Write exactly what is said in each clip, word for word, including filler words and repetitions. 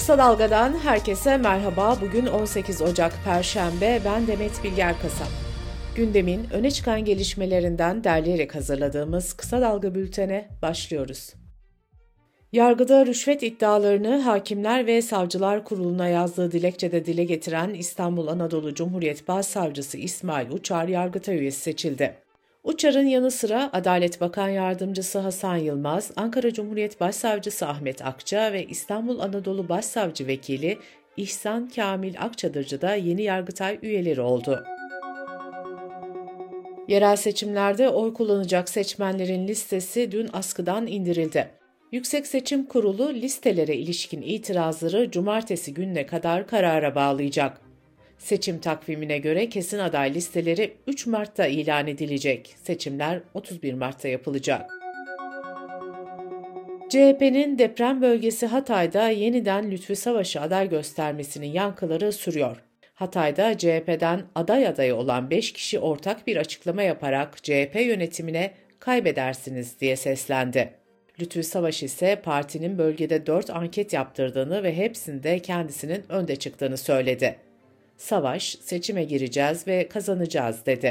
Kısa Dalga'dan herkese merhaba. Bugün on sekiz Ocak Perşembe. Ben Demet Bilger Kasap. Gündemin öne çıkan gelişmelerinden derleyerek hazırladığımız Kısa Dalga bültene başlıyoruz. Yargıda rüşvet iddialarını Hakimler ve Savcılar Kurulu'na yazdığı dilekçede dile getiren İstanbul Anadolu Cumhuriyet Başsavcısı İsmail Uçar Yargıtay üyesi seçildi. Uçar'ın yanı sıra Adalet Bakan Yardımcısı Hasan Yılmaz, Ankara Cumhuriyet Başsavcısı Ahmet Akça ve İstanbul Anadolu Başsavcı Vekili İhsan Kamil Akçadırcı da yeni Yargıtay üyeleri oldu. Yerel seçimlerde oy kullanacak seçmenlerin listesi dün askıdan indirildi. Yüksek Seçim Kurulu listelere ilişkin itirazları cumartesi gününe kadar karara bağlayacak. Seçim takvimine göre kesin aday listeleri üç Mart'ta ilan edilecek. Seçimler otuz bir Mart'ta yapılacak. C H P'nin deprem bölgesi Hatay'da yeniden Lütfü Savaş'ı aday göstermesinin yankıları sürüyor. Hatay'da C H P'den aday adayı olan beş kişi ortak bir açıklama yaparak C H P yönetimine kaybedersiniz diye seslendi. Lütfü Savaş ise partinin bölgede dört anket yaptırdığını ve hepsinde kendisinin önde çıktığını söyledi. Savaş, seçime gireceğiz ve kazanacağız dedi.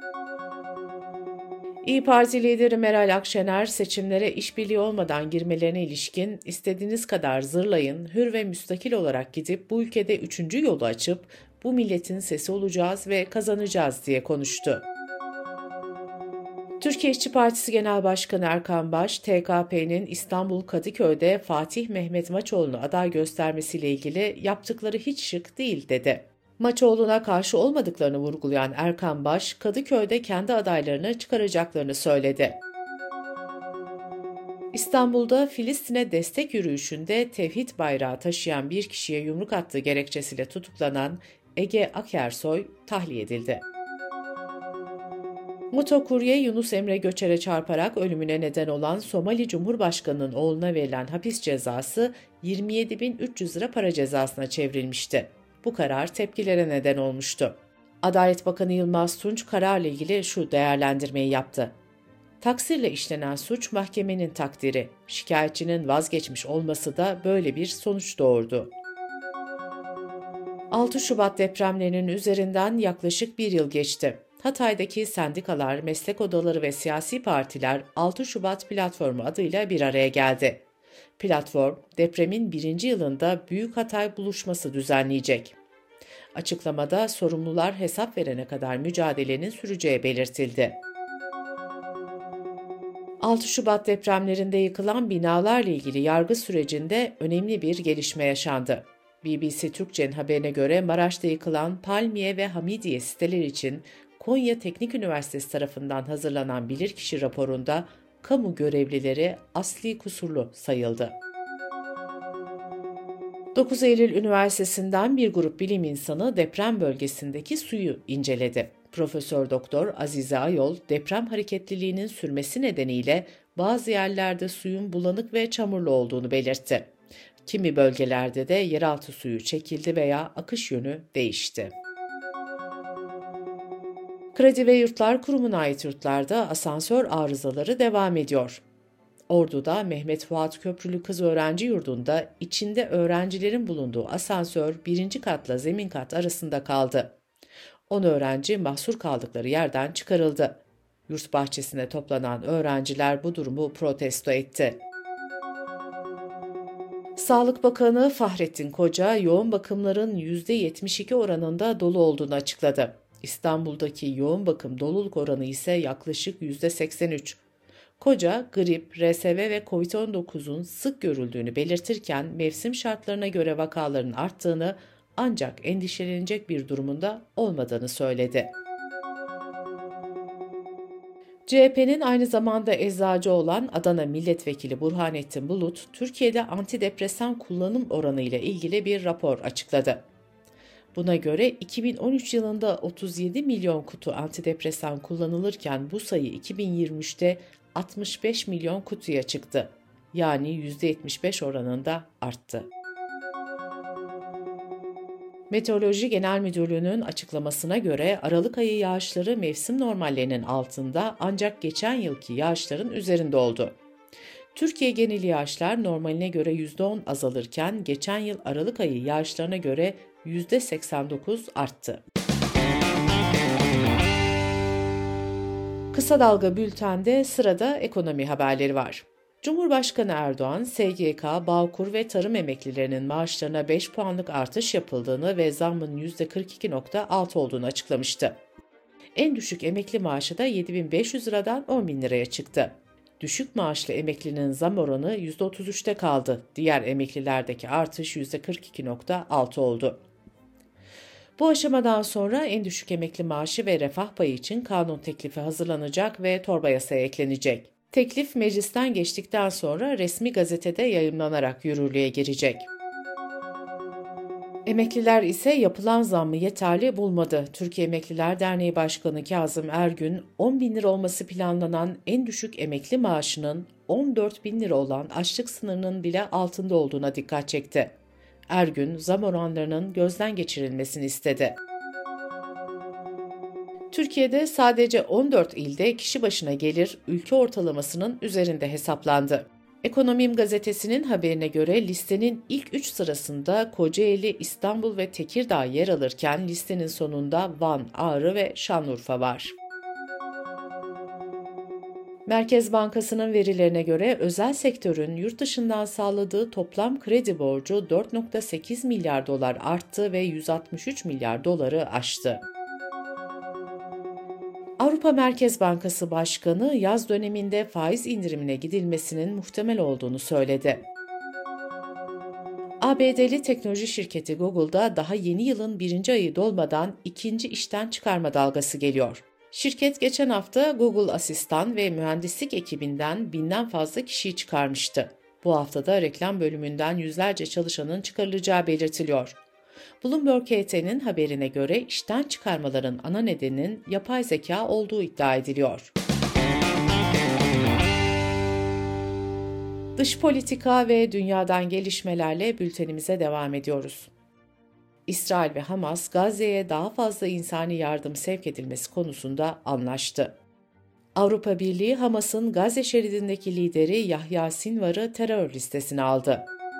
İYİ Parti lideri Meral Akşener, seçimlere işbirliği olmadan girmelerine ilişkin istediğiniz kadar zırlayın, hür ve müstakil olarak gidip bu ülkede üçüncü yolu açıp bu milletin sesi olacağız ve kazanacağız diye konuştu. Türkiye İşçi Partisi Genel Başkanı Erkan Baş, T K P'nin İstanbul Kadıköy'de Fatih Mehmet Maçoğlu'nu aday göstermesiyle ilgili yaptıkları hiç şık değil dedi. Maçoğlu'na karşı olmadıklarını vurgulayan Erkan Baş, Kadıköy'de kendi adaylarını çıkaracaklarını söyledi. İstanbul'da Filistin'e destek yürüyüşünde tevhid bayrağı taşıyan bir kişiye yumruk attığı gerekçesiyle tutuklanan Ege Akersoy tahliye edildi. Motokurye Yunus Emre Göçer'e çarparak ölümüne neden olan Somali Cumhurbaşkanı'nın oğluna verilen hapis cezası yirmi yedi bin üç yüz lira para cezasına çevrilmişti. Bu karar tepkilere neden olmuştu. Adalet Bakanı Yılmaz Tunç kararla ilgili şu değerlendirmeyi yaptı. Taksirle işlenen suç mahkemenin takdiri, şikayetçinin vazgeçmiş olması da böyle bir sonuç doğurdu. altı Şubat depremlerinin üzerinden yaklaşık bir yıl geçti. Hatay'daki sendikalar, meslek odaları ve siyasi partiler altı Şubat Platformu adıyla bir araya geldi. Platform, depremin birinci yılında Büyük Hatay buluşması düzenleyecek. Açıklamada sorumlular hesap verene kadar mücadelenin süreceği belirtildi. altı Şubat depremlerinde yıkılan binalarla ilgili yargı sürecinde önemli bir gelişme yaşandı. B B C Türkçe'nin haberine göre Maraş'ta yıkılan Palmiye ve Hamidiye siteleri için Konya Teknik Üniversitesi tarafından hazırlanan bilirkişi raporunda kamu görevlileri asli kusurlu sayıldı. dokuz Eylül Üniversitesi'nden bir grup bilim insanı deprem bölgesindeki suyu inceledi. Profesör Doktor Azize Ayol, deprem hareketliliğinin sürmesi nedeniyle bazı yerlerde suyun bulanık ve çamurlu olduğunu belirtti. Kimi bölgelerde de yeraltı suyu çekildi veya akış yönü değişti. Kredi ve Yurtlar Kurumu'na ait yurtlarda asansör arızaları devam ediyor. Ordu'da Mehmet Fuat Köprülü Kız Öğrenci Yurdu'nda içinde öğrencilerin bulunduğu asansör birinci katla zemin kat arasında kaldı. on öğrenci mahsur kaldıkları yerden çıkarıldı. Yurt bahçesine toplanan öğrenciler bu durumu protesto etti. Sağlık Bakanı Fahrettin Koca, yoğun bakımların yüzde yetmiş iki oranında dolu olduğunu açıkladı. İstanbul'daki yoğun bakım doluluk oranı ise yaklaşık yüzde seksen üç. Koca, grip, R S V ve kovid on dokuzun sık görüldüğünü belirtirken mevsim şartlarına göre vakaların arttığını ancak endişelenecek bir durumunda olmadığını söyledi. C H P'nin aynı zamanda eczacı olan Adana Milletvekili Burhanettin Bulut, Türkiye'de antidepresan kullanım oranı ile ilgili bir rapor açıkladı. Buna göre iki bin on üç yılında otuz yedi milyon kutu antidepresan kullanılırken bu sayı iki bin yirmi üçte altmış beş milyon kutuya çıktı. Yani yüzde yetmiş beş oranında arttı. Meteoroloji Genel Müdürlüğü'nün açıklamasına göre Aralık ayı yağışları mevsim normallerinin altında ancak geçen yılki yağışların üzerinde oldu. Türkiye geneli yağışlar normaline göre yüzde on azalırken geçen yıl Aralık ayı yağışlarına göre yüzde seksen dokuz arttı. Kısa Dalga Bülten'de sırada ekonomi haberleri var. Cumhurbaşkanı Erdoğan, S G K, Bağkur ve tarım emeklilerinin maaşlarına beş puanlık artış yapıldığını ve zammın yüzde kırk iki virgül altı olduğunu açıklamıştı. En düşük emekli maaşı da yedi bin beş yüz liradan on bin liraya çıktı. Düşük maaşlı emeklinin zam oranı yüzde otuz üçte kaldı. Diğer emeklilerdeki artış yüzde kırk iki virgül altı oldu. Bu aşamadan sonra en düşük emekli maaşı ve refah payı için kanun teklifi hazırlanacak ve torba yasaya eklenecek. Teklif meclisten geçtikten sonra resmi gazetede yayımlanarak yürürlüğe girecek. Emekliler ise yapılan zammı yeterli bulmadı. Türkiye Emekliler Derneği Başkanı Kazım Ergün, on bin lira olması planlanan en düşük emekli maaşının on dört bin lira olan açlık sınırının bile altında olduğuna dikkat çekti. Ergün, zam oranlarının gözden geçirilmesini istedi. Türkiye'de sadece on dört ilde kişi başına gelir ülke ortalamasının üzerinde hesaplandı. Ekonomim gazetesinin haberine göre listenin ilk üç sırasında Kocaeli, İstanbul ve Tekirdağ yer alırken listenin sonunda Van, Ağrı ve Şanlıurfa var. Merkez Bankası'nın verilerine göre özel sektörün yurt dışından sağladığı toplam kredi borcu dört virgül sekiz milyar dolar arttı ve yüz altmış üç milyar doları aştı. Avrupa Merkez Bankası Başkanı yaz döneminde faiz indirimine gidilmesinin muhtemel olduğunu söyledi. A B D'li teknoloji şirketi Google'da daha yeni yılın birinci ayı dolmadan ikinci işten çıkarma dalgası geliyor. Şirket geçen hafta Google asistan ve mühendislik ekibinden binden fazla kişiyi çıkarmıştı. Bu haftada reklam bölümünden yüzlerce çalışanın çıkarılacağı belirtiliyor. Bloomberg H T'nin haberine göre işten çıkarmaların ana nedeninin yapay zeka olduğu iddia ediliyor. Dış politika ve dünyadan gelişmelerle bültenimize devam ediyoruz. İsrail ve Hamas, Gazze'ye daha fazla insani yardım sevk edilmesi konusunda anlaştı. Avrupa Birliği, Hamas'ın Gazze şeridindeki lideri Yahya Sinvar'ı terör listesine aldı.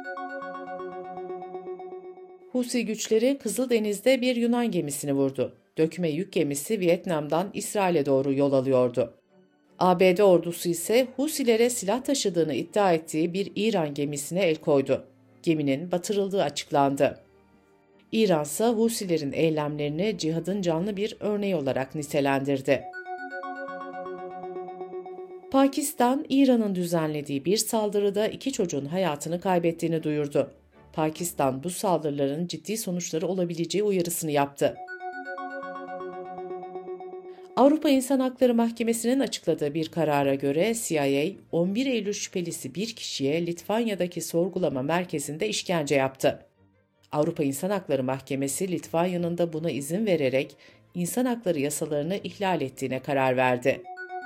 Husi güçleri Kızıldeniz'de bir Yunan gemisini vurdu. Dökme yük gemisi Vietnam'dan İsrail'e doğru yol alıyordu. A B D ordusu ise Husilere silah taşıdığını iddia ettiği bir İran gemisine el koydu. Geminin batırıldığı açıklandı. İran ise Husilerin eylemlerini cihadın canlı bir örneği olarak nitelendirdi. Pakistan, İran'ın düzenlediği bir saldırıda iki çocuğun hayatını kaybettiğini duyurdu. Pakistan bu saldırıların ciddi sonuçları olabileceği uyarısını yaptı. Avrupa İnsan Hakları Mahkemesi'nin açıkladığı bir karara göre C I A, on bir Eylül şüphelisi bir kişiye Litvanya'daki sorgulama merkezinde işkence yaptı. Avrupa İnsan Hakları Mahkemesi, Litvanya'nın da buna izin vererek insan hakları yasalarını ihlal ettiğine karar verdi.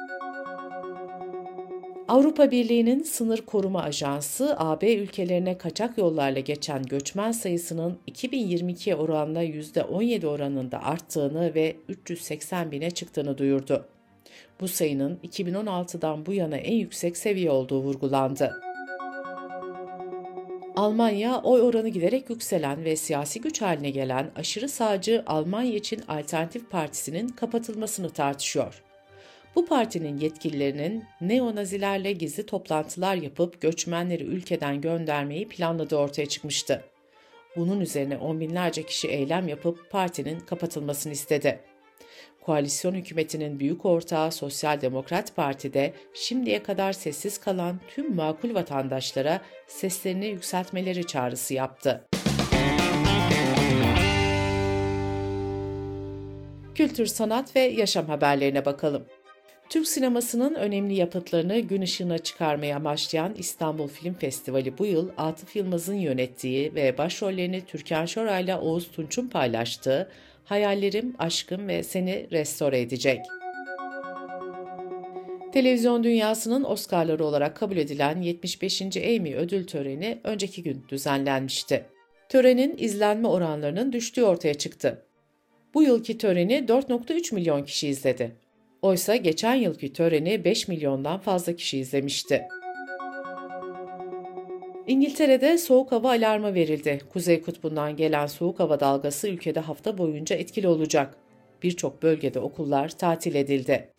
Avrupa Birliği'nin Sınır Koruma Ajansı, A B ülkelerine kaçak yollarla geçen göçmen sayısının iki bin yirmi ikiye oranla yüzde on yedi oranında arttığını ve üç yüz seksen bine çıktığını duyurdu. Bu sayının iki bin on altıdan bu yana en yüksek seviye olduğu vurgulandı. Almanya, oy oranı giderek yükselen ve siyasi güç haline gelen aşırı sağcı Almanya için Alternatif Partisi'nin kapatılmasını tartışıyor. Bu partinin yetkililerinin neonazilerle gizli toplantılar yapıp göçmenleri ülkeden göndermeyi planladığı ortaya çıkmıştı. Bunun üzerine on binlerce kişi eylem yapıp partinin kapatılmasını istedi. Koalisyon hükümetinin büyük ortağı Sosyal Demokrat Parti'de şimdiye kadar sessiz kalan tüm makul vatandaşlara seslerini yükseltmeleri çağrısı yaptı. Kültür, sanat ve yaşam haberlerine bakalım. Türk sinemasının önemli yapıtlarını gün ışığına çıkarmaya amaçlayan İstanbul Film Festivali bu yıl Atıf Yılmaz'ın yönettiği ve başrollerini Türkan Şoray'la Oğuz Tunç'un paylaştığı Hayallerim, Aşkım ve Seni restore edecek. Televizyon dünyasının Oscar'ları olarak kabul edilen yetmiş beşinci Emmy ödül töreni önceki gün düzenlenmişti. Törenin izlenme oranlarının düştüğü ortaya çıktı. Bu yılki töreni dört virgül üç milyon kişi izledi. Oysa geçen yılki töreni beş milyondan fazla kişi izlemişti. İngiltere'de soğuk hava alarmı verildi. Kuzey kutbundan gelen soğuk hava dalgası ülkede hafta boyunca etkili olacak. Birçok bölgede okullar tatil edildi.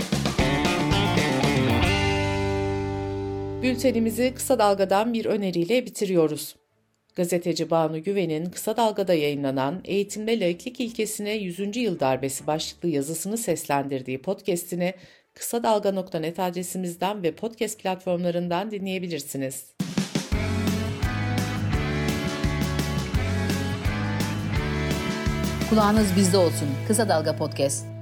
Bültenimizi kısa dalgadan bir öneriyle bitiriyoruz. Gazeteci Banu Güven'in Kısa Dalga'da yayınlanan Eğitimde Laiklik İlkesine yüzüncü Yıl Darbesi başlıklı yazısını seslendirdiği podcast'ini kısa dalga nokta net adresimizden ve podcast platformlarından dinleyebilirsiniz. Kulağınız bizde olsun. Kısa Dalga Podcast.